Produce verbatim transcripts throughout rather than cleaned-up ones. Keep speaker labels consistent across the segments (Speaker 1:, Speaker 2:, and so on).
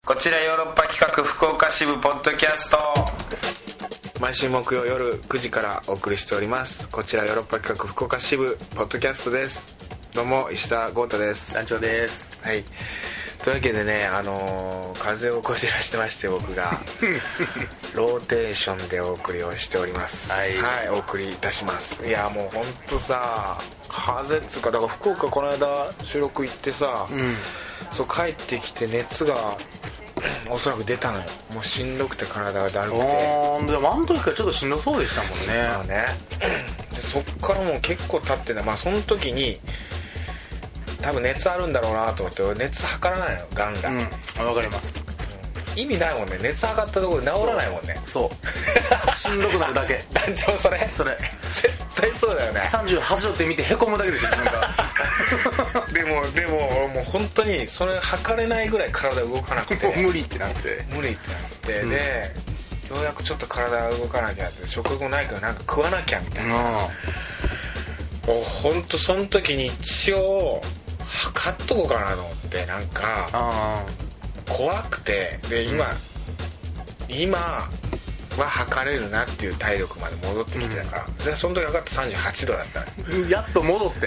Speaker 1: こちらヨーロッパ企画福岡支部ポッドキャスト、毎週木曜夜くじからお送りしております。こちらヨーロッパ企画福岡支部ポッドキャストです。どうも石田豪太です。
Speaker 2: 団長です。
Speaker 1: はい、というわけでね、あのー、風邪をこじらしてまして、僕がローテーションでお送りをしております。はい、はい、お送りいたします。いやもうほんとさ、風邪っつうか、だから福岡この間収録行ってさ、うん、そう帰ってきて熱がおそらく出たのよ。もうしんどくて体がだるくて。
Speaker 2: あでもあの時からちょっとしんどそうでしたもんね。
Speaker 1: まあね、でそっからもう結構経ってね、まあその時に多分熱あるんだろうなと思って熱測らないの、ガンガン。
Speaker 2: うん、わかります、
Speaker 1: うん、意味ないもんね、熱測ったところで治らないもんね。
Speaker 2: そうしんどくなるだけ。
Speaker 1: 団長それ
Speaker 2: それ
Speaker 1: 絶対そうだよね。
Speaker 2: さんじゅうはちどって見てへこむだけでしょなんか
Speaker 1: でもでももう本当にそれ測れないぐらい体動かなくて
Speaker 2: 無理ってなって
Speaker 1: 無理ってなって、うん、でようやくちょっと体が動かなきゃって、食後ないからなんか食わなきゃみたいな、もう本当その時に一応測っとこうかなと思って、なんか
Speaker 2: あ
Speaker 1: 怖くて、で今、うん、今は測れるなっていう体力まで戻ってきてたから、うん、でその時測ってさんじゅうはちどだったの。
Speaker 2: やっと戻って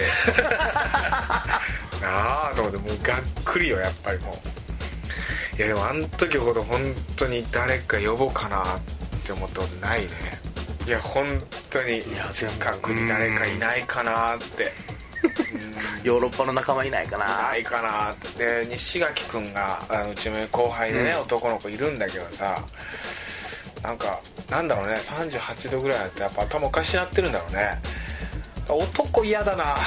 Speaker 1: なあと思って、もうがっくりよやっぱり。もういやでもあの時ほど本当に誰か呼ぼうかなって思ったことないね。いや本当に近くに誰かいないかなって
Speaker 2: ヨーロッパの仲間いないかな
Speaker 1: ないかなって。で西垣くんがあのうちの後輩でね、うん、男の子いるんだけどさ、なんかなんだろうね、さんじゅうはちどぐらいだってやっぱ頭おかしなってるんだろうね。男嫌だな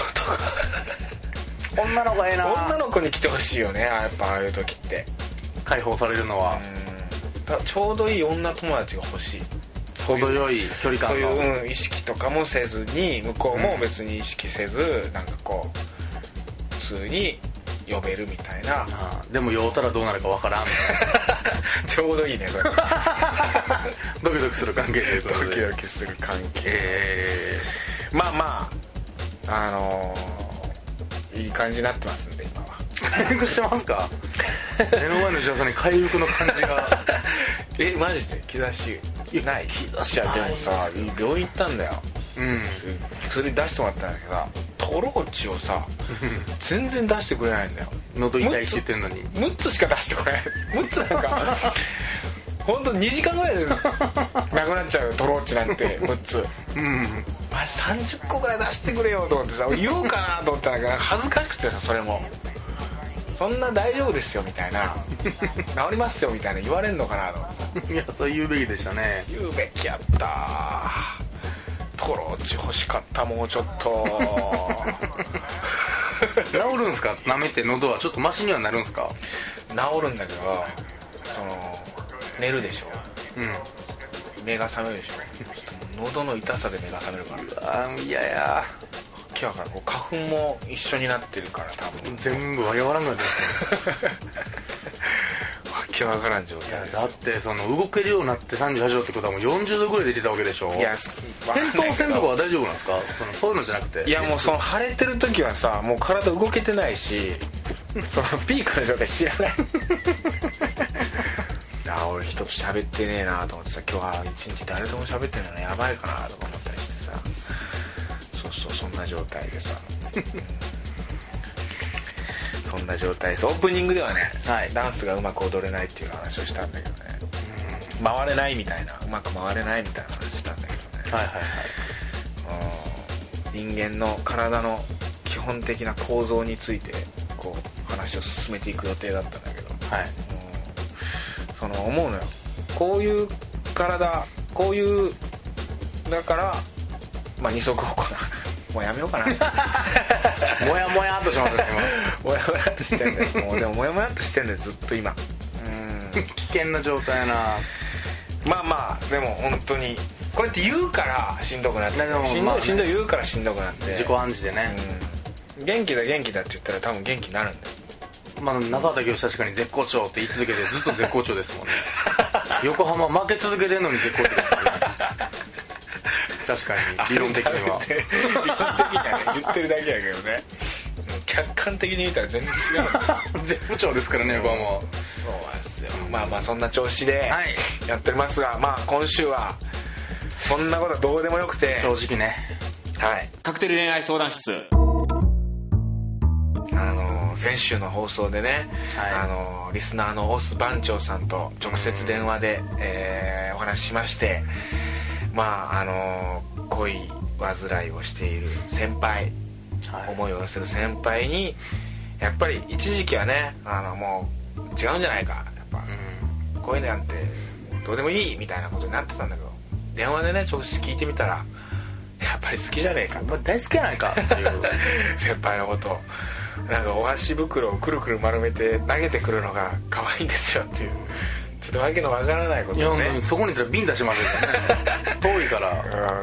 Speaker 2: 女の子ええな。
Speaker 1: 女の子に来てほしいよね、やっぱああいう時って
Speaker 2: 解放されるのは。
Speaker 1: うん、だちょうどいい女友達が欲しい。
Speaker 2: ちょうど良い距離感の
Speaker 1: そういう、うん、意識とかもせずに、向こうも別に意識せず、うん、なんかこう普通に呼べるみたいな。
Speaker 2: あでも酔うたらどうなるかわからんみたいな
Speaker 1: ちょうどいいねそれ
Speaker 2: ドキドキする関係でいうと
Speaker 1: ドキドキする関係、えー、まあまああのー、いい感じになってますんで今は。
Speaker 2: 回復してますか目の前の石田さんに回復の感じが
Speaker 1: えマジで兆しない？兆しはでもさ、病院行ったんだよ、うん、薬出してもらったんだけどさ、トローチをさ全然出してくれないんだよ。
Speaker 2: 喉痛いし言ってんのに
Speaker 1: むっつしか出してこないむっつなんかほんとにじかんぐらいでなくなっちゃうよトローチなんてむっつ。うんマジさんじゅっこぐらい出してくれよと思ってさ、言おうかなと思ったんだけど恥ずかしくてさ、それもそんな大丈夫ですよみたいな治りますよみたいな言われんのかなと思って。
Speaker 2: いやそう言うべきでしたね。
Speaker 1: 言うべきやった。トローチ欲しかった、もうちょっと
Speaker 2: 治るんすか？舐めて喉はちょっとマシにはなるんすか？
Speaker 1: 治るんだけど、その寝るでしょ、うん、目が覚めるでしょちょっと喉の痛さで目が覚めるから。
Speaker 2: うわいやや
Speaker 1: 今日からこう花粉も一緒になってるから多分
Speaker 2: 全部わけわからんくなってますねわ
Speaker 1: けわからん状態です。
Speaker 2: だってその動けるようになってさんじゅうはちどってことはもうよんじゅうどぐらいで出たわけでしょ。いや転倒せんとこは大丈夫なんですか？そのそういうのじゃなくて、
Speaker 1: いやもうその腫れてる時はさもう体動けてないしそのピークの状態知らないあ俺人と喋ってねえなと思ってさ、今日は一日誰とも喋ってないのやばいかなとか思ったりしてさ、そうそうそんな状態でさそんな状態です。オープニングではね、はい、ダンスがうまく踊れないっていう話をしたんだけどね、うん、回れないみたいな、うまく回れないみたいな話したんだけどね、はいはいはい、人間の体の基本的な構造についてこう話を進めていく予定だったんだけど、はい、うん、その思うのよ、こういう体こういうだからまあ二足歩行だもうやめようかな
Speaker 2: もやもやっとしますね
Speaker 1: 今もやもやっとしてんだよもうでももやもやっとしてんだよずっと今。
Speaker 2: うん危険な状態やな。
Speaker 1: まあまあでも本当にこうやって言うからしんどくなって、しんどいしんどい言うからしんどくなって
Speaker 2: 自己暗示でね、
Speaker 1: うん、元気だ元気だって言ったら多分元気になるんだよ。
Speaker 2: まあ中畑義確かに絶好調って言い続けてずっと絶好調ですもんね横浜負け続けてんのに絶好調ですもんね確かに理論的には理論的には
Speaker 1: ね言ってるだけやけどね客観的に見たら全然違う
Speaker 2: 絶不調ですからね横浜は。
Speaker 1: そうなんですまあまあそんな調子でやっておりますが、はい、まあ今週はそんなことはどうでもよくて、
Speaker 2: 正直ね、
Speaker 1: はい、
Speaker 3: カクテル恋愛相談室。
Speaker 1: あの先週の放送でね、はい、あのリスナーのオス番長さんと直接電話で、えー、お話ししまして、まああの恋煩いをしている先輩、はい、思いを寄せる先輩にやっぱり一時期はね、あのもう違うんじゃないか、やっぱ、うん、恋なんてどうでもいいみたいなことになってたんだけど、電話でね直接聞いてみたらやっぱり好きじゃねえか、
Speaker 2: お前大好きやないかっていう
Speaker 1: 先輩のことなんかお箸袋をくるくる丸めて投げてくるのが可愛いんですよっていう、ちょっとわけのわからないことをね。
Speaker 2: いやそこにいたらビンタしますよね遠いから、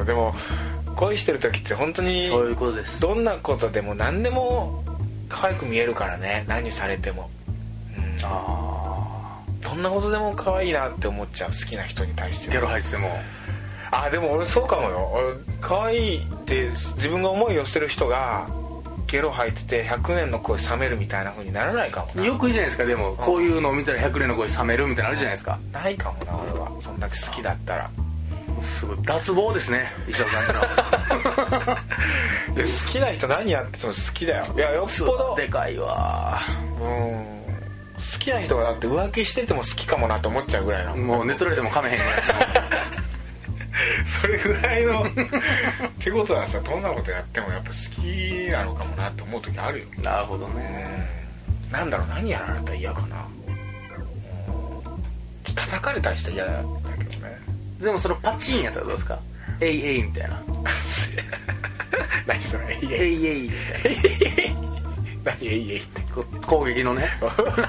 Speaker 1: うん、でも恋してる時って本当に
Speaker 2: そういうことです。
Speaker 1: どんなことでも何でも可愛く見えるからね、何されても、うん、あどんなことでも可愛いなって思っちゃう、好きな人に対して。
Speaker 2: ゲロ吐いてても。
Speaker 1: あでも俺そうかもよ、俺可愛いって自分が思い寄せる人がゲロ吐いててひゃくねんの恋冷めるみたいな風にならないかもな。
Speaker 2: よくいいじゃないですか。でも、うん、こういうのを見たらひゃくねんの恋冷めるみたいなのあるじゃないですか。
Speaker 1: ないかもな俺は、そんだけ好きだったら。
Speaker 2: すごい脱帽ですね石田さんの
Speaker 1: いや好きな人何やってても好きだよ。いやよっぽど
Speaker 2: でかいわ。
Speaker 1: うん好きな人がだって浮気してても好きかもなと思っちゃうぐらいの、
Speaker 2: もう寝取られても噛めへんぐらい
Speaker 1: それぐらいのってことはさ、どんなことやってもやっぱ好きなのかもなって思う時あるよ。
Speaker 2: なるほどね。
Speaker 1: なんだろう、何やられたら嫌かな、うん、叩かれたりしたら嫌だけどね。
Speaker 2: でもそのパチンやったらどうですか、エイエイみたいな
Speaker 1: 何それエイ
Speaker 2: エイエイみたいな
Speaker 1: 何エイエイって
Speaker 2: 攻撃のね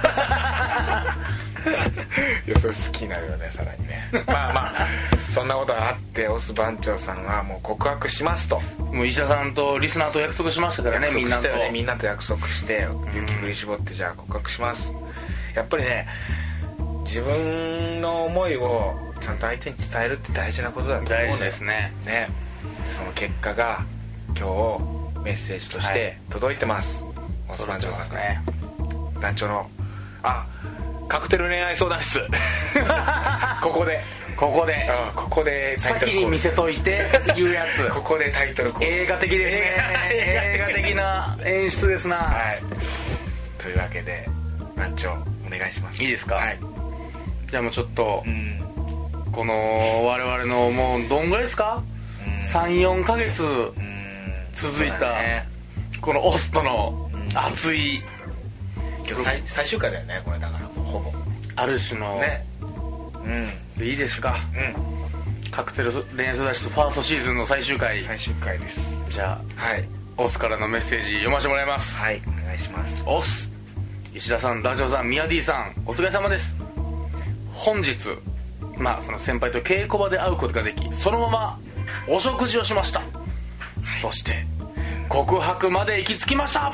Speaker 1: いやそれ好きになるよね、さらにねまあまあそんなことがあって、オス番長さんはもう告白しますと、
Speaker 2: もう石田さんとリスナーと約束しましたからね、みんなと
Speaker 1: みんなと約束して雪振り絞ってじゃあ告白します。やっぱりね自分の思いをちゃんと相手に伝えるって大事なことだと思う。
Speaker 2: 大事ですね。
Speaker 1: ね、その結果が今日メッセージとして届いてます、はい、オス番長さんからね。団長のあカクテル恋愛相談室ここで
Speaker 2: ここで、
Speaker 1: うん、ここで
Speaker 2: タイトル先に見せといていうやつ
Speaker 1: ここでタイトルコール
Speaker 2: 映画的ですね映画的な演出ですな、
Speaker 1: はい、というわけで団長お願いします。
Speaker 2: いいですか、
Speaker 1: はい、
Speaker 2: じゃあもうちょっと、うん、この我々のもうどんぐらいですか、うん、さんよんかげつ続いた、ね、このオスとの熱い、
Speaker 1: 今日 最, 最終回だよねこれ、だからもうほぼ
Speaker 2: ある種の
Speaker 1: ね、
Speaker 2: うん、いいですか、うん、カクテル恋愛相談室ファーストシーズンの最終回。
Speaker 1: 最終回です。
Speaker 2: じゃあ、はい、オスからのメッセージ読ませてもらいます。
Speaker 1: はい、お願いします。
Speaker 2: オス石田さん、団長さん、ミヤディさん、お疲れ様です。本日まあその先輩と稽古場で会うことができ、そのままお食事をしました。そして告白まで行き着きました。は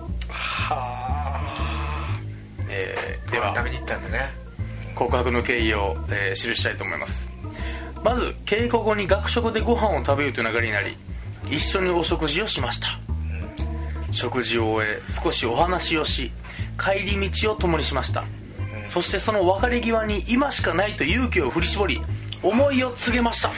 Speaker 1: あ、
Speaker 2: えー、では
Speaker 1: 食べに行ったんだね。
Speaker 2: 告白の経緯を、えー、記したいと思います。まず稽古後に学食でご飯を食べようという流れになり、一緒にお食事をしました、うん、食事を終え少しお話をし、帰り道を共にしました、うん、そしてその別れ際に今しかないと勇気を振り絞り思いを告げました。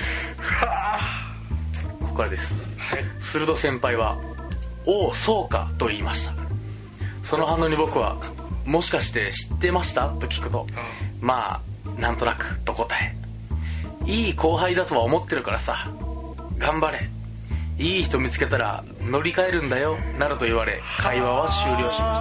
Speaker 2: ここからです、はい、鋭先輩はおおそうかと言いました。その反応に僕はもしかして知ってましたと聞くと、うん、まあなんとなくと答え、いい後輩だとは思ってるからさ、頑張れ、いい人見つけたら乗り換えるんだよなどと言われ、会話は終了しました。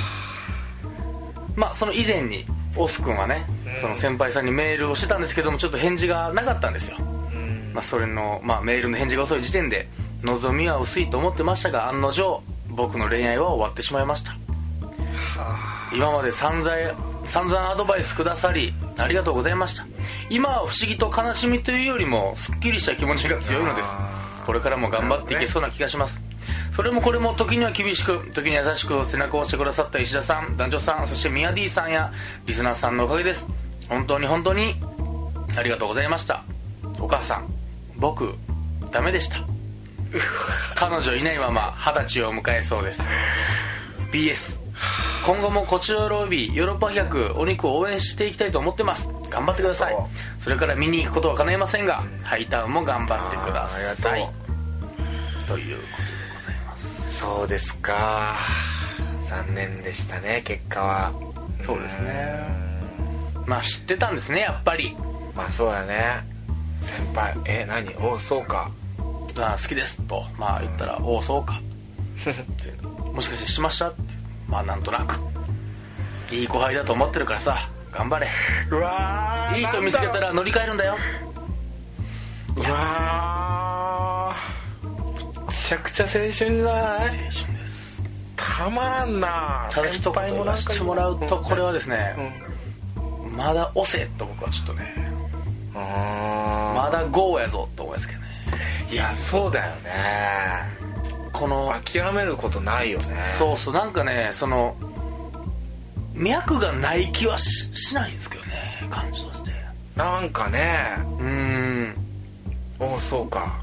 Speaker 2: まあその以前にオス君はね、うん、その先輩さんにメールをしてたんですけども、ちょっと返事がなかったんですよ、うん、まあ、それの、まあ、メールの返事が遅い時点で望みは薄いと思ってましたが、案の定僕の恋愛は終わってしまいました。今まで散々散々アドバイスくださりありがとうございました。今は不思議と悲しみというよりもすっきりした気持ちが強いのです。これからも頑張っていけそうな気がします。それもこれも時には厳しく、時に優しく背中を押してくださった石田さん、団長さん、そしてミヤディさんやリスナーさんのおかげです。本当に本当にありがとうございました。お母さん、僕ダメでした。彼女いないまま二十歳を迎えそうです。 ピーエス今後もこちらおよびヨーロッパ企画お肉を応援していきたいと思ってます。頑張ってください。それから見に行くことは叶いませんが、ハイタウンも頑張ってください。ありがとうということでございます。
Speaker 1: そうですか。残念でしたね、結果は。
Speaker 2: そうですね。まあ知ってたんですね、やっぱり。
Speaker 1: まあそうだね。先輩、え何、おそうか、
Speaker 2: あ好きですとまあ言ったら、おそうかもしかしてしましたって、まあなんとなくいい後輩だと思ってるからさ、頑張れ。
Speaker 1: うわー、
Speaker 2: いい人見つけたら乗り換えるんだよ。
Speaker 1: うわー、めちゃくちゃ青春じゃない？青春です。たまらんな。
Speaker 2: ただ一言言わせてもらうと、これはですね、うん、まだ押せと僕はちょっとね、あまだゴーやぞと思いますけどね。
Speaker 1: いやそうだよね。
Speaker 2: この
Speaker 1: 諦めることないよね。
Speaker 2: そうそう、なんかね、その脈がない気は し, しないんですけどね、感じとして。
Speaker 1: なんかね、
Speaker 2: うーん、
Speaker 1: おそうか、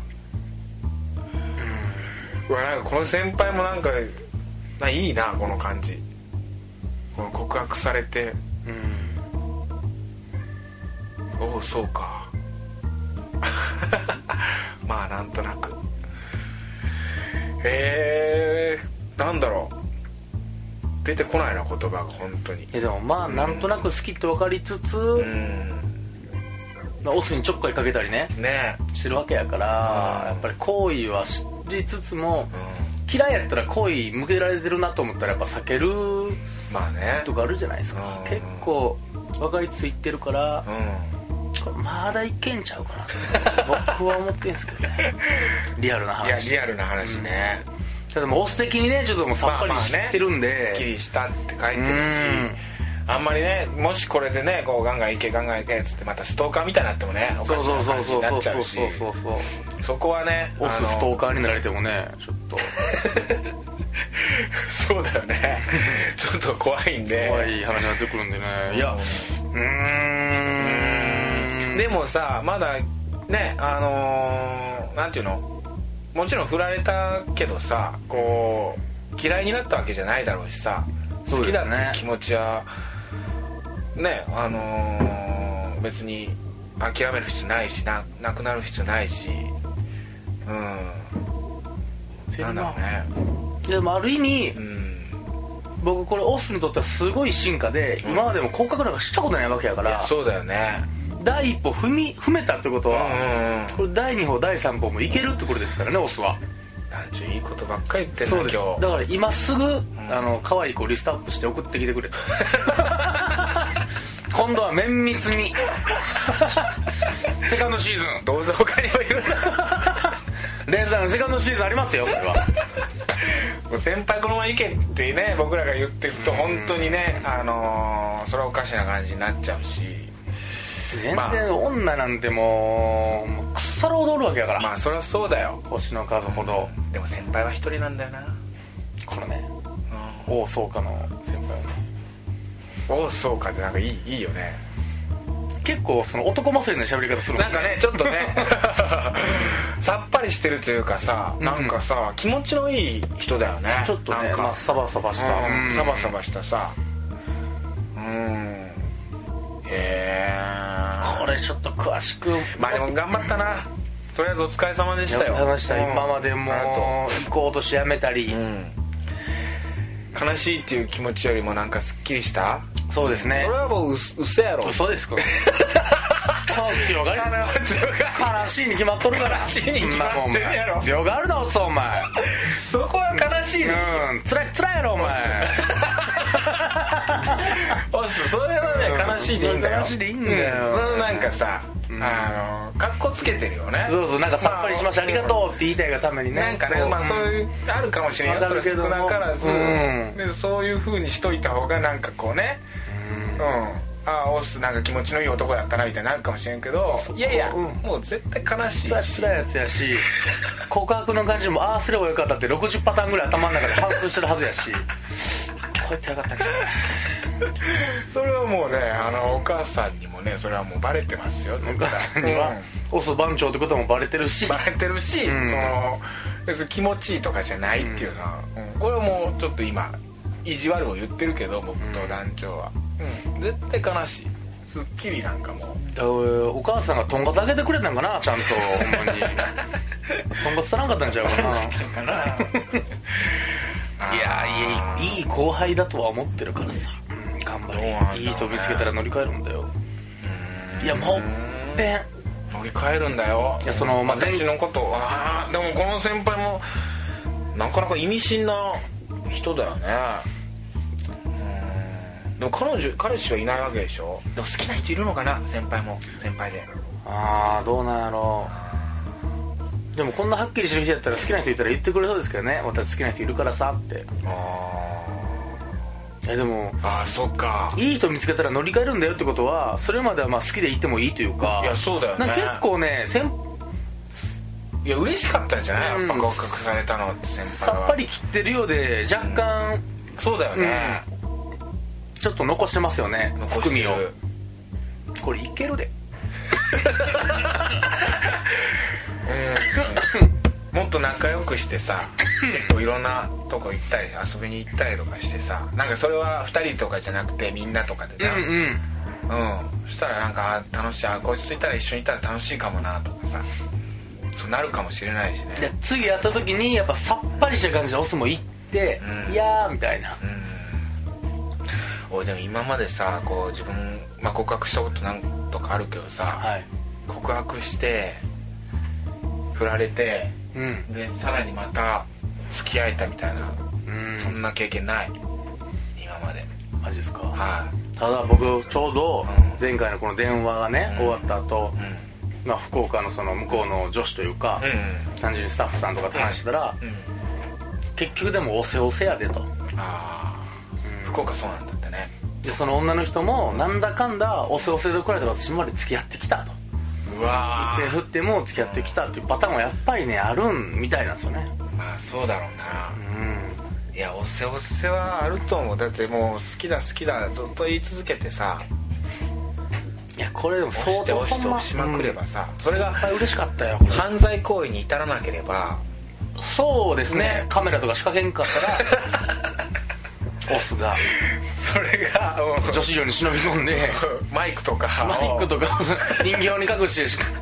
Speaker 1: うん、うわ、なんかこの先輩もなんかいいな、この感じ。この告白されて、うん、おそうかまあなんとなく、えー、なんだろう、出てこないな言葉が本当に。
Speaker 2: えでもまあなんとなく好きって分かりつつ、うん、オスにちょっかいかけたりね
Speaker 1: ね
Speaker 2: してるわけやから、やっぱり好意は知りつつも、うん、嫌いやったら好意向けられてるなと思ったらやっぱ避ける
Speaker 1: まあね
Speaker 2: とかあるじゃないですか、うん、結構分かりついてるから、うん、まだいけんちゃうかなと僕は思ってんすけどねリアルな話。
Speaker 1: いやリアルな話ね、
Speaker 2: うん、ただもうオス的にねちょっともうさっぱり知ってるんで、まあまあね、
Speaker 1: はっきりしたって書いてるし、あんまりね、もしこれでねこうガンガンいけガンガンいけっつってまたストーカーみたいになってもねおかしな話になっちゃうし、そこはね
Speaker 2: オスストーカーになられてもねちょっと
Speaker 1: そうだよねちょっと怖いんで、
Speaker 2: 怖い話になってくるんでね、いやうーん
Speaker 1: でもさまだねあのー、なんていうの、もちろん振られたけどさこう嫌いになったわけじゃないだろうしさ、好きだっていう気持ちはね、あのー、別に諦める必要ないし な, なくなる必要ないし、うん、なんだろうね。
Speaker 2: でもある意味、うん、僕これオスにとってはすごい進化で、うん、今までも告白なんかしたことないわけやから。
Speaker 1: いやそうだよね。
Speaker 2: 第一歩踏み踏めたってことは、うん、これだいに歩だいさん歩もいけるってことですからね、オスは。
Speaker 1: なんちゅういいことばっかり言ってんだ今日。
Speaker 2: だから今すぐ、うん、あの可愛い子リストアップして送ってきてくれ今度は綿密にセカンドシーズン
Speaker 1: どうぞ他にもいる
Speaker 2: レンザーのセカンドシーズンありますよこれは
Speaker 1: もう先輩このまま行けってね僕らが言っていくと本当にね、あのー、それはおかしな感じになっちゃうし、
Speaker 2: 全然女なんてもう、もうくっさら踊るわけやから。
Speaker 1: まあそりゃそうだよ、
Speaker 2: 星の数ほど。
Speaker 1: でも先輩は一人なんだよな
Speaker 2: このね、うん、大そうかの先輩はね。
Speaker 1: 大そうかってなんかいい、いいよね。
Speaker 2: 結構その男勝りな喋り方するもんね。
Speaker 1: なんかねちょっとねさっぱりしてるというかさ、なんかさ、うん、気持ちのいい人だよね。
Speaker 2: ちょっとね、まあ、サバサバした、
Speaker 1: うん、サバサバしたさ、うん、へえ。
Speaker 2: これちょっと詳しく。
Speaker 1: まあでも頑張ったな。とりあえずお疲れ様でしたよ。
Speaker 2: 話した、うん、今までも行こうとしやめたり、うん、
Speaker 1: 悲しいっていう気持ちよりもなんかすっきりした。
Speaker 2: そうですね。
Speaker 1: それはもう嘘やろ。
Speaker 2: 嘘ですか強がりだな。悲しいに決まっとるから。
Speaker 1: 悲しいに決まってるやろ。
Speaker 2: 強がるなおっそお前。
Speaker 1: そこは悲しいね。
Speaker 2: うん、つらいつらいやろお前。
Speaker 1: おっそそれはね悲しいでいいんだよ。
Speaker 2: 悲しいでいいんだよ。
Speaker 1: うん、そのなんかさ、うん、あのカッコつけてるよね。
Speaker 2: そうそう、なんかさっぱりしましたありがとうって言いたいがためにね。
Speaker 1: なんかね、まあそういうあるかもしれないよ。それ少なからず、うん、でそういう風にしといた方がなんかこうね。うん、ああオスなんか気持ちのいい男だったなみたいになるかもしれんけど、いやいや、うん、もう絶対悲しいし
Speaker 2: つらいやつやし告白の感じもああすればよかったってろくじゅうパターンぐらい頭の中で把握してるはずやしこうやってよかったけど
Speaker 1: それはもうねあのお母さんにもねそれはもうバレてますよ。お
Speaker 2: 母さんには、うん、オス番長ってこともバレてるし
Speaker 1: バレてるし、うん、その別に気持ちいいとかじゃないっていうのは、うんうん、これはもうちょっと今意地悪を言ってるけど僕と団長は、うん、絶対悲しい。すっきりなんかもう
Speaker 2: お母さんがとんかつあげてくれたんかな、ちゃんとほんまにとんかつ足らんかったんちゃうかないやいい、いい後輩だとは思ってるからさ、うん、頑張れ、いい人見つけたら乗り換えるんだよ。いやもうぺん
Speaker 1: 乗り換えるんだよ。いやその、まあ、私のことはでもこの先輩もなかなか意味深な人だよね。でも彼女彼氏はいないわけでしょ。でも好きな人いるのかな、先輩も先輩で。
Speaker 2: ああどうなんやろう。でもこんなはっきりしてる人やったら好きな人いたら言ってくれそうですけどね、私好きな人いるからさって。ああでも
Speaker 1: ああそっか、
Speaker 2: いい人見つけたら乗り換えるんだよってことはそれまではまあ好きでいてもいいというか。
Speaker 1: いやそうだよね。
Speaker 2: なんか結構ね先
Speaker 1: いや嬉しかったんじゃない、うん、やっぱ合格されたのって先輩は
Speaker 2: さっぱり切ってるようで若干、うん、
Speaker 1: そうだよね、うん
Speaker 2: ちょっと残してますよね、含みを。これいけるで
Speaker 1: うんもっと仲良くしてさ結構いろんなとこ行ったり遊びに行ったりとかしてさ、なんかそれはふたりとかじゃなくてみんなとかでな、うん、うん、そしたらなんか楽しい、あこいつといたら一緒にいたら楽しいかもなとかさ、そうなるかもしれないしね。
Speaker 2: で次やった時にやっぱさっぱりした感じでオスも行って、うん、いやーみたいな、うん
Speaker 1: 俺でも今までさこう自分、まあ、告白したこと何とかあるけどさ、はい、告白して振られて、うん、でさらにまた付き合えたみたいな、うん、そんな経験ない今まで。
Speaker 2: マジですか。
Speaker 1: はい、
Speaker 2: ただ僕ちょうど前回のこの電話がね、うん、終わった後、うんまあ福岡のその向こうの女子というか、うん、単純にスタッフさんとかと話したら、うんうん、結局でもおせおせやでと。あ
Speaker 1: あ、うん、福岡そうなんだってね。
Speaker 2: でその女の人もなんだかんだおせおせでくらいで私まで付き合ってきたと。
Speaker 1: うわ
Speaker 2: ー。で振っても付き合ってきたっていうパターンもやっぱりねあるんみたいなんですよね。
Speaker 1: まあそうだろうな。うん。いやおせおせはあると思う。だってもう好きだ好きだずっと言い続けてさ。
Speaker 2: いやこれでも相当
Speaker 1: 押して押しまくればさ、うん、それが
Speaker 2: 嬉しかったよ。
Speaker 1: 犯罪行為に至らなければ。
Speaker 2: そうですね。ねカメラとか仕掛けんかったらオスが。
Speaker 1: それが
Speaker 2: 女子寮に忍び込んで
Speaker 1: マイクとか
Speaker 2: マイクとか人形に隠してしか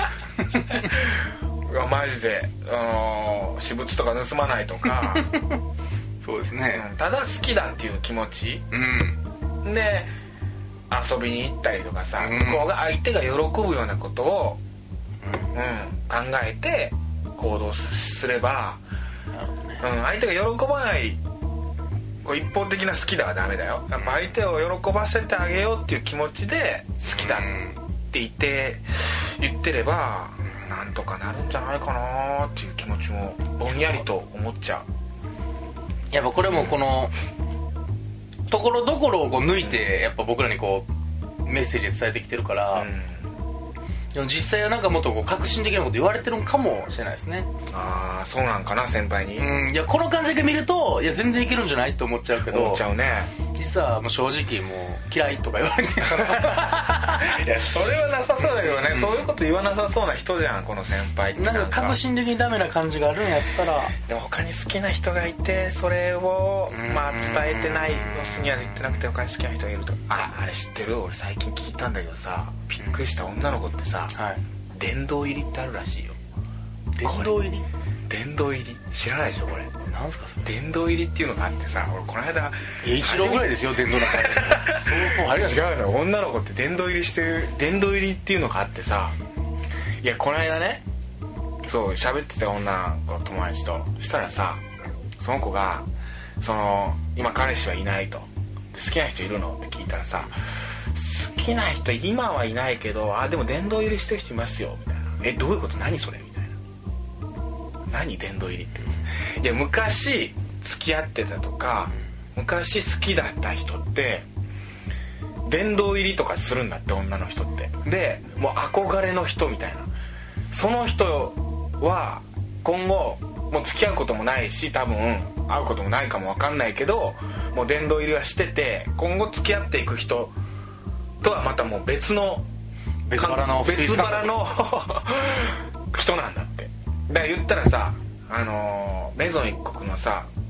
Speaker 1: マジで、あのー、私物とか盗まないとか
Speaker 2: そうですね、
Speaker 1: うん、ただ好きだっていう気持ち、うん、で遊びに行ったりとかさ、うん、向こうが相手が喜ぶようなことを、うんうん、考えて行動すれば、なるほどね、うん、相手が喜ばないこう一方的な好きだはダメだよ。やっぱ相手を喜ばせてあげようっていう気持ちで好きだって言って言ってればなんとかなるんじゃないかなっていう気持ちもぼんやりと思っちゃ
Speaker 2: う。やっぱこれもこのところどころをこう抜いてやっぱ僕らにこうメッセージで伝えてきてるから、うん、でも実際はなんかもっとこう革新的なこと言われてるのかもしれないですね。
Speaker 1: ああそうなんかな先輩に。
Speaker 2: うん、いやこの感じだけ見るといや全然いけるんじゃないって思っちゃうけど。
Speaker 1: 思っちゃうね。
Speaker 2: 実はもう正直もう嫌いとか言われてるから
Speaker 1: いやそれはなさそうだけどね、うん、そういうこと言わなさそうな人じゃんこの先輩って。
Speaker 2: なんか革新的にダメな感じがあるんやったら。
Speaker 1: でも他に好きな人がいてそれをまあ伝えてないのすには言ってなくて他に好きな人がいると。ああれ知ってる？俺最近聞いたんだけどさびっくりした女の子ってさ、はい、殿堂入りってあるらしいよ。
Speaker 2: 殿堂入り？
Speaker 1: 殿堂入り知らないでしょこれ。
Speaker 2: なんすかそれ。
Speaker 1: 殿堂入りっていうのがあってさ俺この間
Speaker 2: 一郎ぐらいですよ殿堂なんか
Speaker 1: そうそう違うの女の子って殿堂入りしてる殿堂入りっていうのがあってさ、いやこの間ねそう喋ってた女の子の友達としたらさその子がその今彼氏はいないと好きな人いるのって聞いたらさ好きな人今はいないけどあでも殿堂入りしてる人いますよみたいな。えどういうこと何それみたいな。何殿堂入りって。いや昔付き合ってたとか昔好きだった人って殿堂入りとかするんだって女の人って。でもう憧れの人みたいなその人は今後もう付き合うこともないし多分会うこともないかも分かんないけどもう殿堂入りはしてて今後付き合っていく人とはまたもう別の
Speaker 2: 別腹の
Speaker 1: 別腹の人なんだって。だから言ったらさあのメゾン一国のさ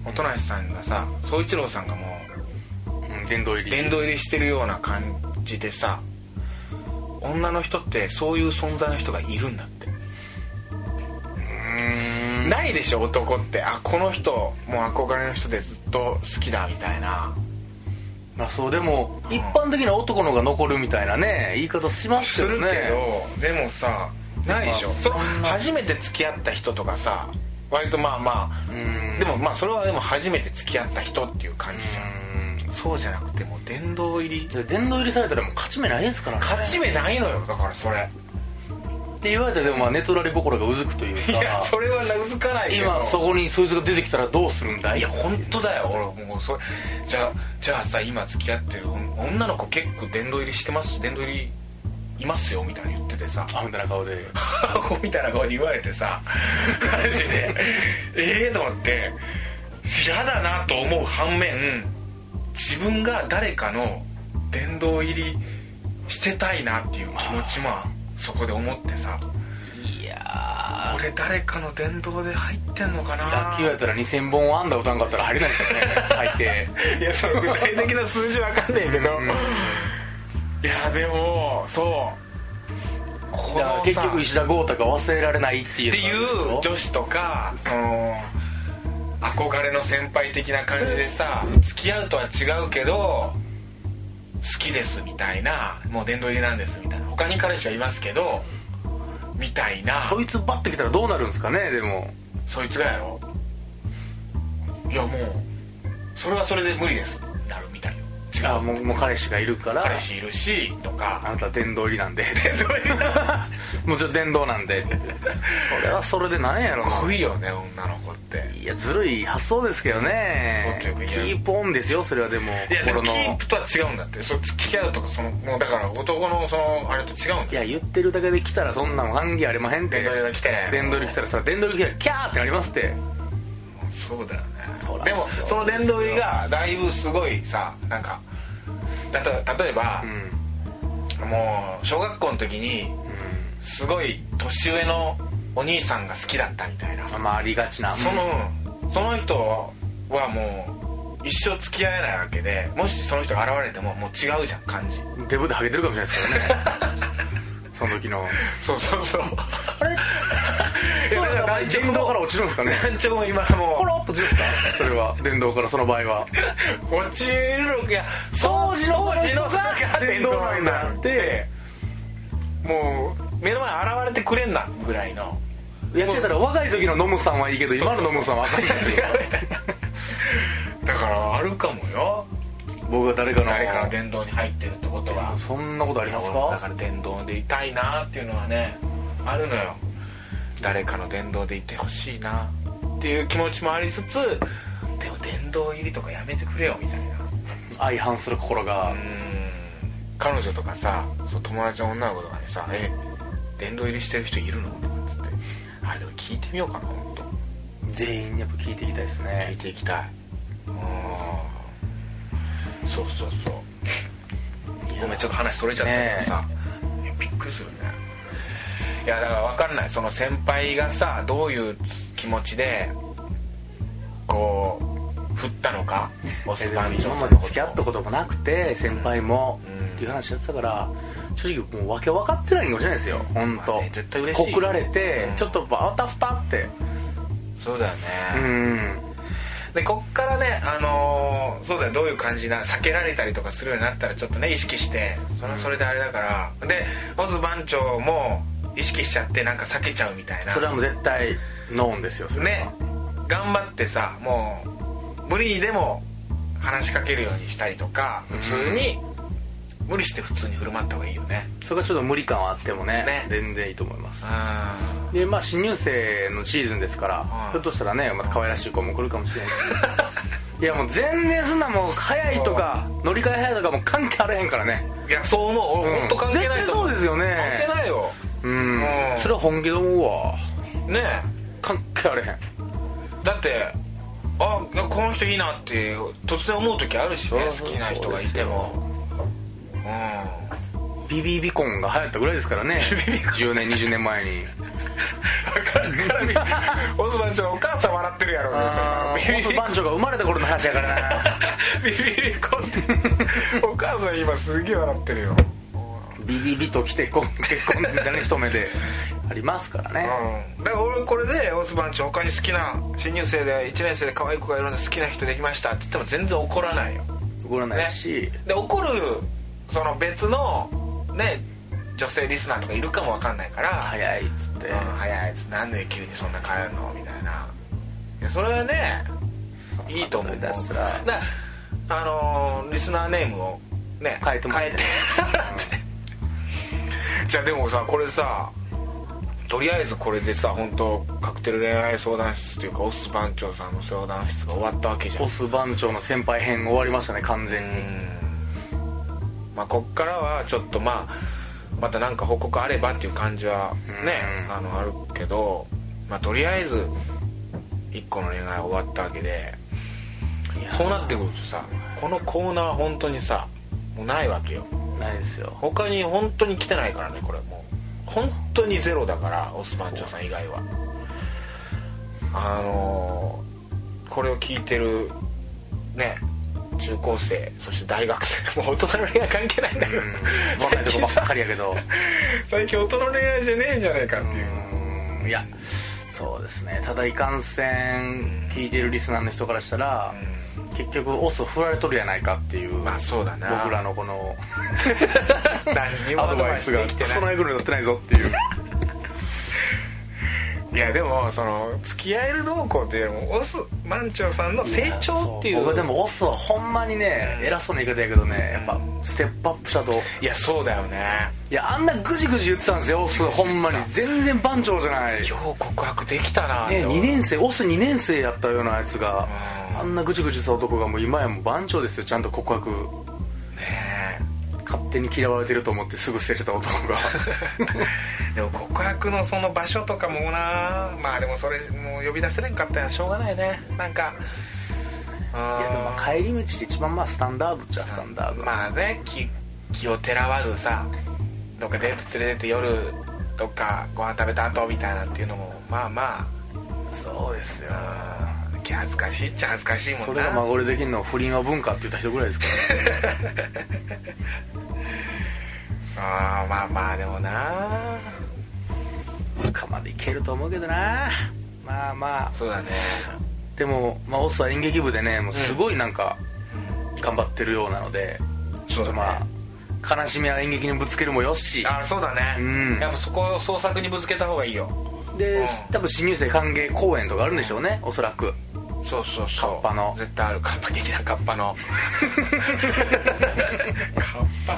Speaker 1: 音無さんがさ宗一郎さんがも
Speaker 2: う、うん、殿堂入り
Speaker 1: 殿堂入りしてるような感じでさ、女の人ってそういう存在の人がいるんだって。
Speaker 2: うーん、
Speaker 1: ないでしょ男って。あ、この人もう憧れの人でずっと好きだみたいな。
Speaker 2: まあそうでも、うん、一般的な男の方が残るみたいなね言い方しますけどね。
Speaker 1: するけどでもさないでしょ、まあ、その初めて付き合った人とかさ割とまあまあ、うん、でもまあそれはでも初めて付き合った人っていう感じじゃん。うん、そうじゃなくてもう殿堂入り
Speaker 2: 殿堂入りされたらもう勝ち目ないですからね。
Speaker 1: 勝ち目ないのよ。だからそれ
Speaker 2: って言われたらでもまあ寝取られ心がうずくというか。
Speaker 1: いやそれはうずかないけど
Speaker 2: 今そこにそいつが出てきたらどうするんだい。
Speaker 1: いや本当だよ。俺もうそれじゃあじゃあさ今付き合ってる女の子結構殿堂入りしてます殿堂入りいますよみたいな言っててさ、
Speaker 2: アホみたいな顔で
Speaker 1: アホみたいな顔で言われてさマジでええと思って嫌だなと思う反面自分が誰かの殿堂入りしてたいなっていう気持ちもそこで思ってさ、
Speaker 2: いや
Speaker 1: 俺誰かの殿堂で入ってんのかな。
Speaker 2: 野球やったらにせんぼん安打打たんかったら入れないですよね最低。
Speaker 1: いやその具体的な数字わかんねえけど、うん、いやでもそう
Speaker 2: だから結局石田豪太が忘れられないっていう
Speaker 1: っていう女子とかその憧れの先輩的な感じでさ付き合うとは違うけど好きですみたいな、もう殿堂入りなんですみたいな、他に彼氏はいますけどみたいな。
Speaker 2: そいつバッてきたらどうなるんですかね。でも
Speaker 1: そいつがやろ、いやもうそれはそれで無理ですなるみたいよ。違う、
Speaker 2: あもう、もう彼氏がいるから
Speaker 1: 彼氏いるしとか、
Speaker 2: あなたは殿堂入りなんで
Speaker 1: 殿堂入り
Speaker 2: もうちょっと殿堂なんでそれはそれで何やろな。
Speaker 1: すごいよね女の子って。
Speaker 2: いやずるい発想ですけどね。
Speaker 1: そうというか
Speaker 2: キープオンですよそれは。でも
Speaker 1: いやでもキープとは違うんだって。そ付き合うとかそのもうだから男のそのあれと違うんだ。
Speaker 2: いや言ってるだけで来たらそんなの関係ありまへんって。
Speaker 1: 殿堂入りが来てね
Speaker 2: 殿堂入り来たらさ殿堂入り来たらキャーってなりますって。
Speaker 1: そうだよね。でもその殿堂入りがだいぶすごいさなんかだと例えば、うん、もう小学校の時にすごい年上のお兄さんが好きだったみたいな、
Speaker 2: まあありがちな
Speaker 1: その、うん、その人はもう一生付き合えないわけで、もしその人が現れてももう違うじゃん感じ。
Speaker 2: デブでハゲてるかもしれないですからねその時の
Speaker 1: そうそうそう
Speaker 2: あれそうだから電動から落ちるんですかね。
Speaker 1: 団長も今もう
Speaker 2: コロッと落ちるんですかそれは電動からその場合は
Speaker 1: 落ちる。いや
Speaker 2: 掃除の掃除のさ
Speaker 1: 電動なんだってもう目の前現れてくれんなぐらいの
Speaker 2: やってたら若い時のノムさんはいいけど今のノムさんは赤い感じ
Speaker 1: だからあるかもよ。
Speaker 2: 僕が誰かの
Speaker 1: 誰かの殿堂に入ってるってことは。
Speaker 2: そんなことありますか。
Speaker 1: だから殿堂でいたいなっていうのはねあるのよ。誰かの殿堂でいてほしいなっていう気持ちもありつつ、でも殿堂入りとかやめてくれよみたいな
Speaker 2: 相反する心が。うーん
Speaker 1: 彼女とかさそう友達の女の子とかにさえ殿堂入りしてる人いるのとかっつってあれでも聞いてみようかな本当。
Speaker 2: 全員にやっぱ聞いていきたいですね。
Speaker 1: 聞いていきたい。うんそうそうそうごめんちょっと話それちゃったけどさ、ね、びっくりするね。いやだから分かんないその先輩がさどういう気持ちでこう振ったのか。
Speaker 2: オス番長今まで付き合ったこともなくて先輩も、うん、っていう話やってたから正直もう訳分かってないかもしれないですよ本当、まあね、絶対嬉しい。告られて、うん、ちょっとあたふたって
Speaker 1: そうだよね。
Speaker 2: うん
Speaker 1: でこっからね、あのー、そうだよどういう感じな避けられたりとかするようになったらちょっとね意識してそれはそれであれだから、うん、でオズ番長も意識しちゃってなんか避けちゃうみたいな。
Speaker 2: それはもう絶対ノーンですよそれは
Speaker 1: ね。頑張ってさもう無理でも話しかけるようにしたりとか普通に、うん、無理して普通に振る舞った方がいいよね。
Speaker 2: それがちょっと無理感はあっても ね, ね全然いいと思います。でまあ新入生のシーズンですから、うん、ひょっとしたらねまた可愛らしい子も来るかもしれないしいやもう全然そんなもう早いとか乗り換え早いとかもう関係あれへんからね。
Speaker 1: いやそう思う、うん、本当関係ないと思う。
Speaker 2: 絶対そうですよね。
Speaker 1: 関係ないよ。
Speaker 2: うん、うん、それは本気で思うわ
Speaker 1: ねえ。
Speaker 2: 関係あれへん。
Speaker 1: だってあこの人いいなって突然思う時あるしね。好きな人がいても
Speaker 2: うんビビビコンが流行ったぐらいですからねじゅうねんにじゅうねんまえに
Speaker 1: オス番長のお母さん笑ってるやろ。
Speaker 2: オス番長が生まれた頃の話やからな。
Speaker 1: ビビビコンお母さん今すげえ笑ってるよ。
Speaker 2: ビビビと来て結婚みたいな一目でありますからね、
Speaker 1: うん、だから俺これでオス番長他に好きな新入生でいちねん生で可愛い子がいるので好きな人できましたって言っても全然怒らないよ。
Speaker 2: 怒らないし、
Speaker 1: ね、で怒るその別のね女性リスナーとかいるかも分かんないから
Speaker 2: 早いっつって、
Speaker 1: うん、早いっつってなんで急にそんな変えるのみたいな。いやそれはねいいと思う。だからあのー、リスナーネームをね
Speaker 2: 変えてもらって、
Speaker 1: 変えてじゃあでもさこれさとりあえずこれでさ本当カクテル恋愛相談室というかオス番長さんの相談室が終わったわけじゃん。
Speaker 2: オス番長の先輩編終わりましたね完全に。
Speaker 1: まあこっからはちょっとまあまた何か報告あればっていう感じはねあのあるけど、まあとりあえず一個の恋愛終わったわけで、そうなってくるとさこのコーナーは本当にさもうないわけよ。
Speaker 2: ないですよ。
Speaker 1: 他に本当に来てないからねこれもう本当にゼロだからオス番長さん以外は。あのー、これを聞いてるね中高生そして大学生もう大人の恋愛関係ないんだけど、
Speaker 2: 分かんないとこばっかりやけど
Speaker 1: 最近大人の恋愛じゃねえんじゃねえかっていう。
Speaker 2: うんいやそうですね。ただいかんせん聞いてるリスナーの人からしたら、うん、結局オス振られとるやないかっていう、
Speaker 1: まあそうだな
Speaker 2: 僕らのこの
Speaker 1: 何にも
Speaker 2: アドバイスがそのエグルに乗ってないぞっていう
Speaker 1: いやでもその付き合える動向っていうよりもオス番長さんの成長っていう。
Speaker 2: 僕はでもオスはほんまにね、うん、偉そうな言い方やけどねやっぱステップアップしたと。
Speaker 1: いやそうだよね。
Speaker 2: いやあんなグジグジ言ってたんですよオスほんまに全然番長じゃない。
Speaker 1: よう告白できたな、
Speaker 2: ね、にねん生オスにねん生やったようなやつが、うん、あんなグジグジした男がもう今やもう番長ですよ。ちゃんと告白ねえ勝手に嫌われてると思ってすぐ捨てちゃった男が
Speaker 1: でも告白のその場所とかもなまあでもそれもう呼び出せれんかったらしょうがないねなんか。
Speaker 2: いやでも帰り道って一番まあスタンダードっちゃスタンダード。
Speaker 1: まあね 気, 気をてらわずさどっかデート連れてって夜どっかご飯食べた後みたいなっていうのもまあまあ
Speaker 2: そうですよ。
Speaker 1: 気恥ずかしいっちゃ恥ずかしいもんな。
Speaker 2: それが孫でできるのは不倫は文化って言った人ぐらいですからね
Speaker 1: ああまあまあでもな
Speaker 2: 中までいけると思うけどな。まあまあ
Speaker 1: そうだね。
Speaker 2: でも、まあ、オスは演劇部でねもうすごいなんか頑張ってるようなので、うん、ちょっとまあ悲しみは演劇にぶつけるもよし。
Speaker 1: あそうだね、うん、やっぱそこを創作にぶつけた方がいいよ。
Speaker 2: で、うん、多分新入生歓迎公演とかあるんでしょうねおそらく。
Speaker 1: そうそうそう
Speaker 2: カッパの
Speaker 1: 絶対あるカッパ劇団カッパのカッパ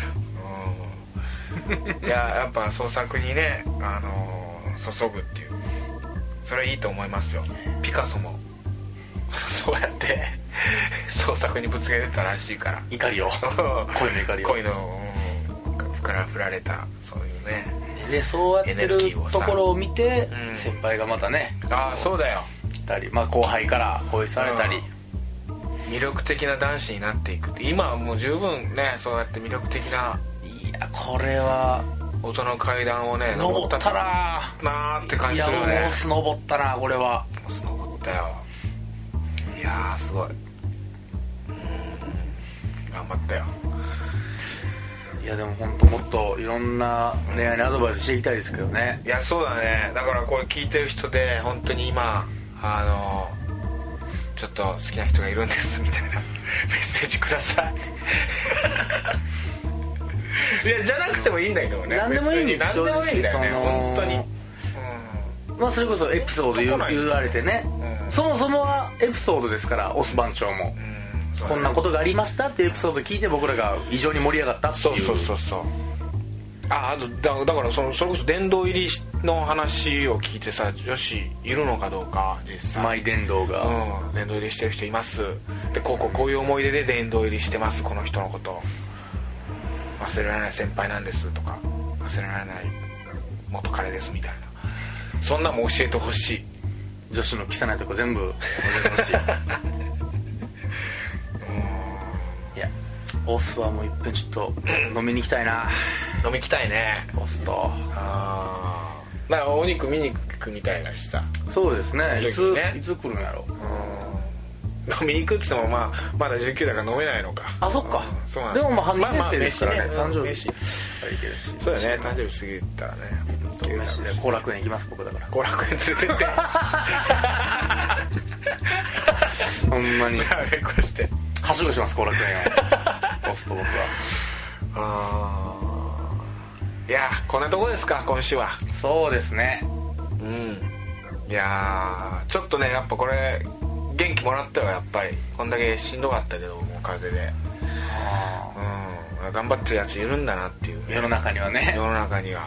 Speaker 1: いややっぱ創作にね、あのー、注ぐっていうそれいいと思いますよ。ピカソもそうやって創作にぶつけてたらしいから
Speaker 2: 怒りを恋の怒りを
Speaker 1: 恋の、うん、から振られたそういうね
Speaker 2: でそうやってるところを見て、うん、先輩がまたね
Speaker 1: ああそうだよ
Speaker 2: 来たり、まあ、後輩から恋されたり、
Speaker 1: うん、魅力的な男子になっていくって今はもう十分ねそうやって魅力的な。
Speaker 2: いやこれは
Speaker 1: 大人の階段をね
Speaker 2: 登ったな
Speaker 1: なーって感じするよね。
Speaker 2: いやもうス登ったなこれは
Speaker 1: ス登ったよ。いやーすごいうん頑張ったよ。
Speaker 2: いやでも本当もっといろんな恋愛にアドバイスしていきたいですけどね。
Speaker 1: いやそうだね。だからこれ聞いてる人で本当に今あのちょっと好きな人がいるんですみたいなメッセージくださいいやじゃなくてもいいんだけどね。
Speaker 2: 何でもいいんですよ。
Speaker 1: 何でもいいんだよね本当に、
Speaker 2: うん、まあそれこそエピソード 言, 言われてね、うん、そもそもはエピソードですからオス番長も、うん、こんなことがありましたっていうエピソード聞いて僕らが異常に盛り上がったっていう。
Speaker 1: そうそうそうそう。ああと だ, だからそのそれこそ殿堂入りの話を聞いてさ女子いるのかどうか実際
Speaker 2: マイ殿堂が、
Speaker 1: うん、殿堂入りしてる人いますでこうこうこういう思い出で殿堂入りしてますこの人のこと忘れられない先輩なんですとか忘れられない元彼ですみたいなそんなも教えてほしい。
Speaker 2: 女子の汚いとこ全部教えてほしいいやオスはもういっぺんちょっと飲みに行きたいな。
Speaker 1: 飲み行きたいね
Speaker 2: オスと
Speaker 1: あだからお肉見に行くみたいだしさ。
Speaker 2: そうですね。いつ、
Speaker 1: ね、
Speaker 2: いつ来るんやろ。
Speaker 1: 飲みに行くって言っても、まあ、まだじゅうきゅうだから飲めないのか。
Speaker 2: あ、そっか。
Speaker 1: うん、そうなん
Speaker 2: でもまあ半年生ですからね、
Speaker 1: まあまあ、
Speaker 2: 誕生日
Speaker 1: しそうだね、誕生日過ぎたらね。
Speaker 2: 飯で後楽園行きます、僕だから。
Speaker 1: 後楽園連れてって
Speaker 2: ほんまに
Speaker 1: こして
Speaker 2: はしごします、後楽園を。押すと僕は。
Speaker 1: あー、いや、こんなとこですか、今週は。
Speaker 2: そうですね。
Speaker 1: うん。いやー、ちょっとね、やっぱこれ元気もらったよ、やっぱり。こんだけしんどかったけど、もう風邪で。あ、うん、頑張ってるやついるんだなっていう、ね、
Speaker 2: 世の中にはね。
Speaker 1: 世の中には。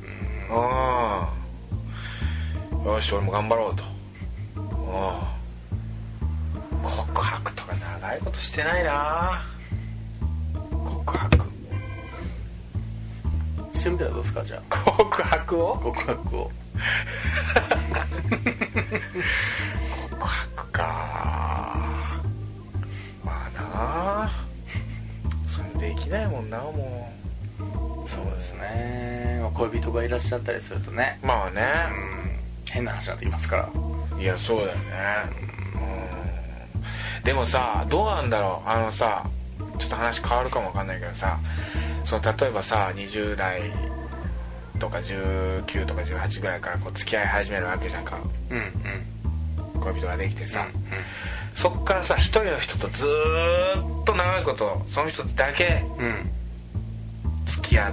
Speaker 1: うん。よし、俺も頑張ろうと。うん。告白とか長いことしてないな。告白
Speaker 2: してみたらどうですか、じゃあ。
Speaker 1: 告白を
Speaker 2: 告白を
Speaker 1: 告白か。まあな、それできないもんな、も
Speaker 2: う。そうですね、まあ、恋人がいらっしゃったりするとね、
Speaker 1: まあね、
Speaker 2: うん、変な話になってきますから。
Speaker 1: いや、そうだよね、うん、でもさ、どうなんだろう、あのさ、ちょっと話変わるかもわかんないけどさ、その例えばさ、にじゅう代とかじゅうきゅうとかじゅうはちぐらいからこう付き合い始めるわけじゃんか、うんうん、恋人ができてさ、うんうん、そっからさ、一人の人とずーっと長いことその人だけ付き合う、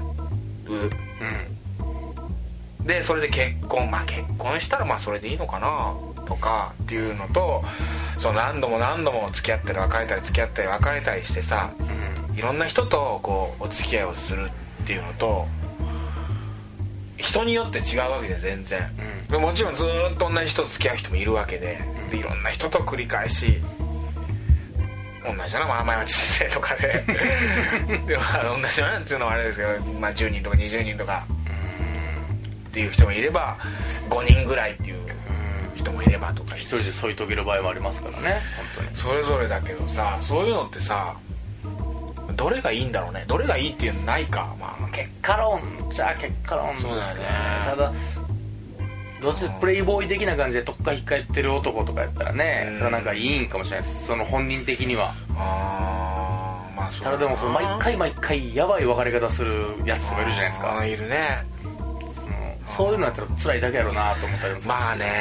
Speaker 1: うん、でそれで結婚、まあ結婚したらまあそれでいいのかなとかっていうのと、その何度も何度も付き合ったり別れたり付き合ったり別れたりしてさ、うん、いろんな人とこうお付き合いをするっていうのと、人によって違うわけじゃ全然、うん、もちろんずっと同じ人と付き合う人もいるわけで、でいろんな人と繰り返し同じな、まあ前は知性とかでで、まあ、同じなっていうのはあれですけど、まあ、じゅうにんとかにじゅうにんとかっていう人もいればごにんぐらいっていう人もいればとか、
Speaker 2: 一人で添い遂げる場合もありますからね、本当に
Speaker 1: それぞれだけどさ、そういうのってさ、どれがいいんだろうね。どれがいいっていうのないか、まあ、
Speaker 2: 結果論じゃあ結果論ですね。ただどっちプレイボーイ的な感じで特化控えてる男とかやったらね、それはなんかいいんかもしれないです、その本人的には。あ、まあ、そうだな。ただでもその毎回毎回やばい別れ方するやつとかいるじゃないですか。
Speaker 1: あ、いるね。
Speaker 2: そのそういうのやったら辛いだけやろうなと思ったりもする。
Speaker 1: まあね。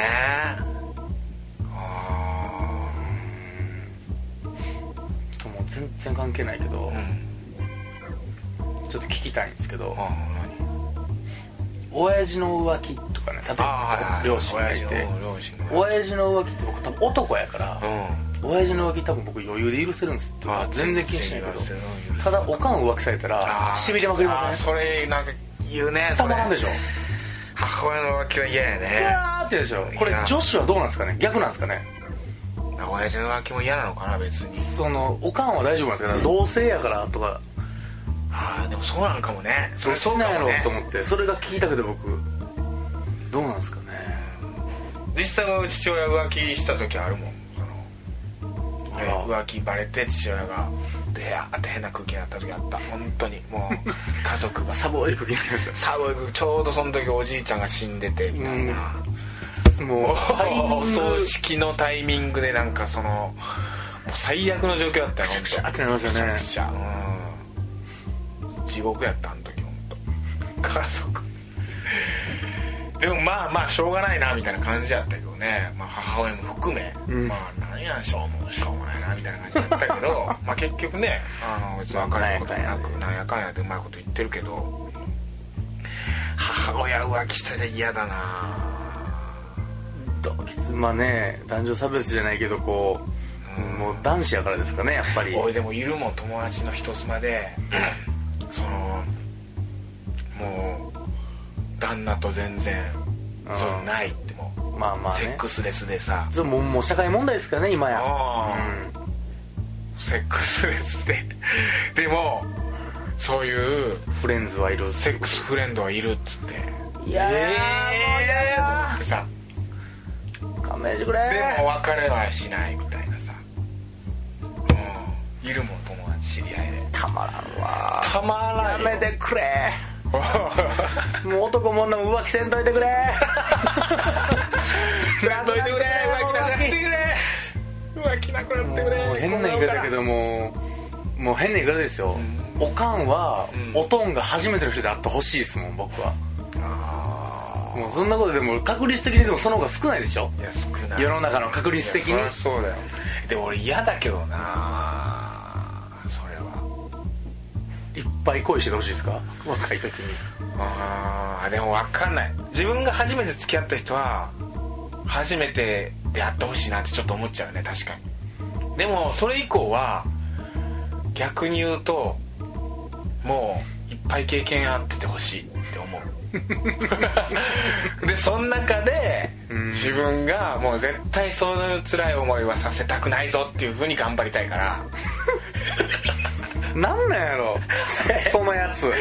Speaker 2: 全然関係ないけど、うん、ちょっと聞きたいんですけど、あ、親父の浮気とかね、例えば、はい、両親がいて、親父の浮気って僕多分男やから、うん、親父の浮気多分僕余裕で許せるんですって。全然気にしないけど、ただおかん浮気されたらしびれまくりますね。
Speaker 1: それなんか言うね。
Speaker 2: たまらんでしょ。
Speaker 1: 母親の浮気は嫌やね。
Speaker 2: キャーってでしょ。これ女子はどうなんですかね、逆なんですかね。
Speaker 1: 親父の浮気も嫌なのかな、別に。
Speaker 2: そのおかんは大丈夫なんですけど、同性やからとか。
Speaker 1: ああ、でもそうなのかもね。
Speaker 2: それそうなんやろうと思って、それが聞きたくて僕、どうなんですかね。
Speaker 1: 実際は父親浮気した時あるもん。その浮気バレて父親がでやーって変な空気になった時あった。本当にもう家族が
Speaker 2: サボい空気になりました。
Speaker 1: サボい空気。ちょうどその時おじいちゃんが死んでてみたいな、もうお葬式のタイミングでなんかそのもう最悪の状況だったよ、本当。
Speaker 2: シャーってなりましたね。
Speaker 1: シャー、うん、地獄やったあの時、本当。家族でもまあまあしょうがないなみたいな感じやったけどね、まあ、母親も含め、うん、まあなんやしょうもしょうもないなみたいな感じだったけどまあ結局ね、あの別に別れることもなくなんやかんやでうまいこと言ってるけど、母親浮気したら嫌だな。
Speaker 2: まあね、男女差別じゃないけどこう、うん、もう男子やからですかね、やっぱり。
Speaker 1: おいでもいるもん、友達の人妻でそのもう旦那と全然そういうのないって、もう、まあまあね、セックスレスでさ、
Speaker 2: もう、もう社会問題ですからね今や。
Speaker 1: あ、うん、セックスレスででもそういう
Speaker 2: フレンズはいる、
Speaker 1: セックスフレンドはいるっつって、
Speaker 2: いやー、えー、もう嫌や
Speaker 1: ってさ、
Speaker 2: 勘弁してくれ。
Speaker 1: でも別れはしないみたいなさ、うん、いるもん友達知り合いで。
Speaker 2: たまらんわ、
Speaker 1: たまらんよ。
Speaker 2: やめてくれ。 もう男も女も浮気せんといてくれ
Speaker 1: せんといてくれ浮気なくなってくれ浮気なくなってくれ。
Speaker 2: もう変な言い方だけどももう変な言い方ですよ、うん、おかんは、うん、おとんが初めての人であってほしいですもん僕は。あもうそんなことでも確率的にでもその方が少ないでしょ。
Speaker 1: いや少ない
Speaker 2: 世の中の確率的に。
Speaker 1: いやそりゃそうだよ。で俺嫌だけどなそれはい
Speaker 2: っぱい恋してほしいですか若い時に。
Speaker 1: ああでも分かんない。自分が初めて付き合った人は初めてでやってほしいなってちょっと思っちゃうね確かに。でもそれ以降は逆に言うともういっぱい経験あっててほしいって思うでその中で自分がもう絶対そういう辛い思いはさせたくないぞっていう風に頑張りたいから
Speaker 2: なんなんやろそのやつ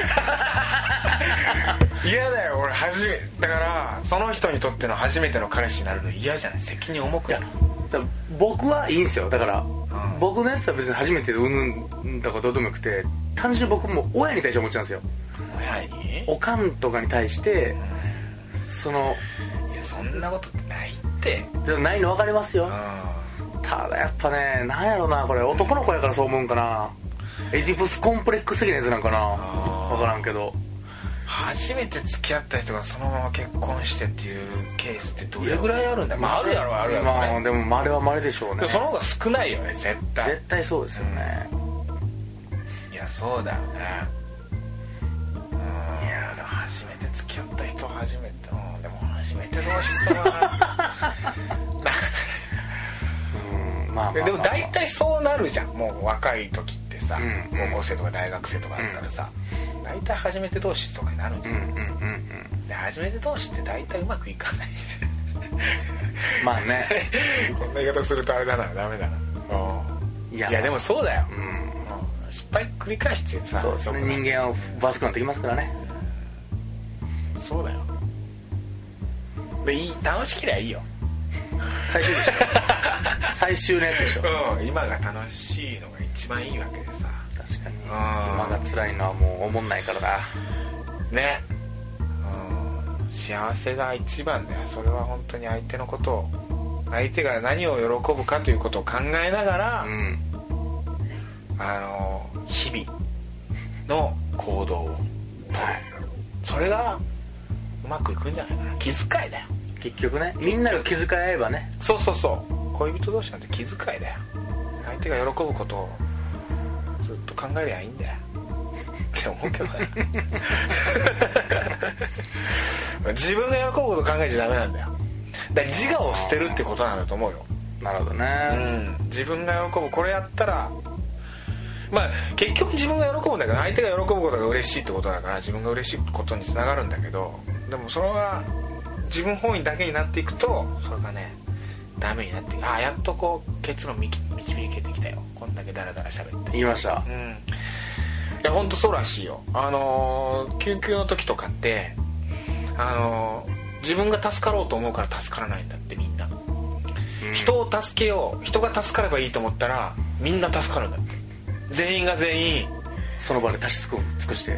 Speaker 1: 嫌だよ俺初めだからその人にとっての初めての彼氏になるの嫌じゃない。責任重くない。
Speaker 2: 僕はいいんですよだから、うん、僕のやつは別に初めてでうんぬんとかどうでもよくて単純に僕も親に対して思っちゃうんですよ。
Speaker 1: 親に
Speaker 2: おかんとかに対して、うん、その
Speaker 1: いやそんなことないって
Speaker 2: じゃないの分かりますよ、うん、ただやっぱねなんやろなこれ男の子やからそう思うんかなエディプスコンプレックス的なやつなんかな分からんけど
Speaker 1: 初めて付き合った人がそのまま結婚してっていうケースってどれぐらいあるんだよ。まああるやろあるやろ、ね、
Speaker 2: まあでも稀は稀でしょうね。
Speaker 1: でもその方が少ないよね絶対。
Speaker 2: 絶対そうですよね、
Speaker 1: うん、いやそうだよね。うんいやでも初めて付き合った人初めて、うん、でも初めて同士とはうんまあまあまあ、でも大体そうなるじゃんもう若い時ってさ、うん、高校生とか大学生とかだったらさ、うん、大体初めて同士とかになるんじゃん、うんうんうんうん、で初めて同士って大体うまくいかない
Speaker 2: まあね
Speaker 1: こんな言い方するとあれだなダメだな。いや、いやでもそうだよ、うん、失敗繰り返してさ
Speaker 2: そうですね人間はバスくなってきますからね、
Speaker 1: うん、そうだよ。でいい楽しけりゃいいよ
Speaker 2: 最終でしょ最終のやつでしょ、
Speaker 1: うん、今が楽しいのが一番いいわけでさ。
Speaker 2: 確かに今が辛いのはもう思んないからだ
Speaker 1: ね、うん、幸せが一番だよ。それは本当に相手のことを相手が何を喜ぶかということを考えながら、うん、あの日々の行動を取る、はい、それがうまくいくんじゃないかな。気遣いだよ
Speaker 2: 結局ね。みんなが気遣い合えばね。
Speaker 1: そうそうそう恋人同士なんて気遣いだよ。相手が喜ぶことをずっと考えりゃいいんだよって思うけどね自分が喜ぶことを考えちゃダメなんだよ。だから自我を捨てるってことなんだと思うよ。
Speaker 2: なるほどね、
Speaker 1: うん、自分が喜ぶこれやったらまあ結局自分が喜ぶんだけど相手が喜ぶことが嬉しいってことだから自分が嬉しいことにつながるんだけどでもそれが自分本位だけになっていくとそれがねダメになってああやっとこう結論導けてきたよこんだけダラダラ喋って
Speaker 2: 言いました、
Speaker 1: うん、いや本当そうらしいよ。あのー、救急の時とかってあのー、自分が助かろうと思うから助からないんだってみんな、うん、人を助けよう人が助かればいいと思ったらみんな助かるんだって全員が全員
Speaker 2: その場で足し尽くして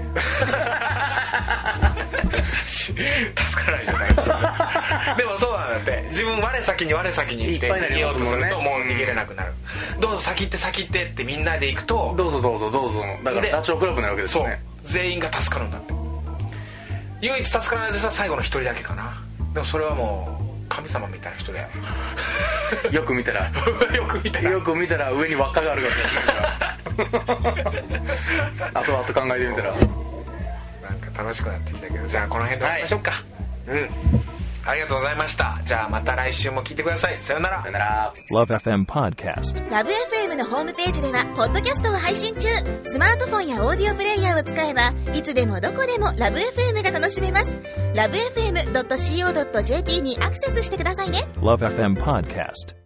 Speaker 1: 助からないじゃないでもそうなんだって自分我先に我先にって逃げようとするともう逃げれなくなる、うん、どうぞ先行って先行ってってみんなで行くと
Speaker 2: どうぞどうぞどうぞだからダチョウ倶楽部になるわけですよね。
Speaker 1: そう全員が助かるんだって唯一助からないとしたら最後の一人だけかな。でもそれはもう神様みたいな人だよ
Speaker 2: よく見たら
Speaker 1: よく見たら
Speaker 2: よく見たら上に輪っかがあるからあとあと考えてみたら
Speaker 1: なんか楽しくなってきたけどじゃあこの辺で終わりましょうか、はい、うんありがとうございました。じゃあまた来週も聞いてください。さよなら。
Speaker 2: さよなら。
Speaker 3: ラブ エフエム Podcast
Speaker 4: ラブ エフエム のホームページではポッドキャストを配信中。スマートフォンやオーディオプレイヤーを使えばいつでもどこでもラブ エフエム が楽しめます。ラブ エフエムドットシーオードットジェーピー にアクセスしてくださいね。
Speaker 3: ラブ エフエム Podcast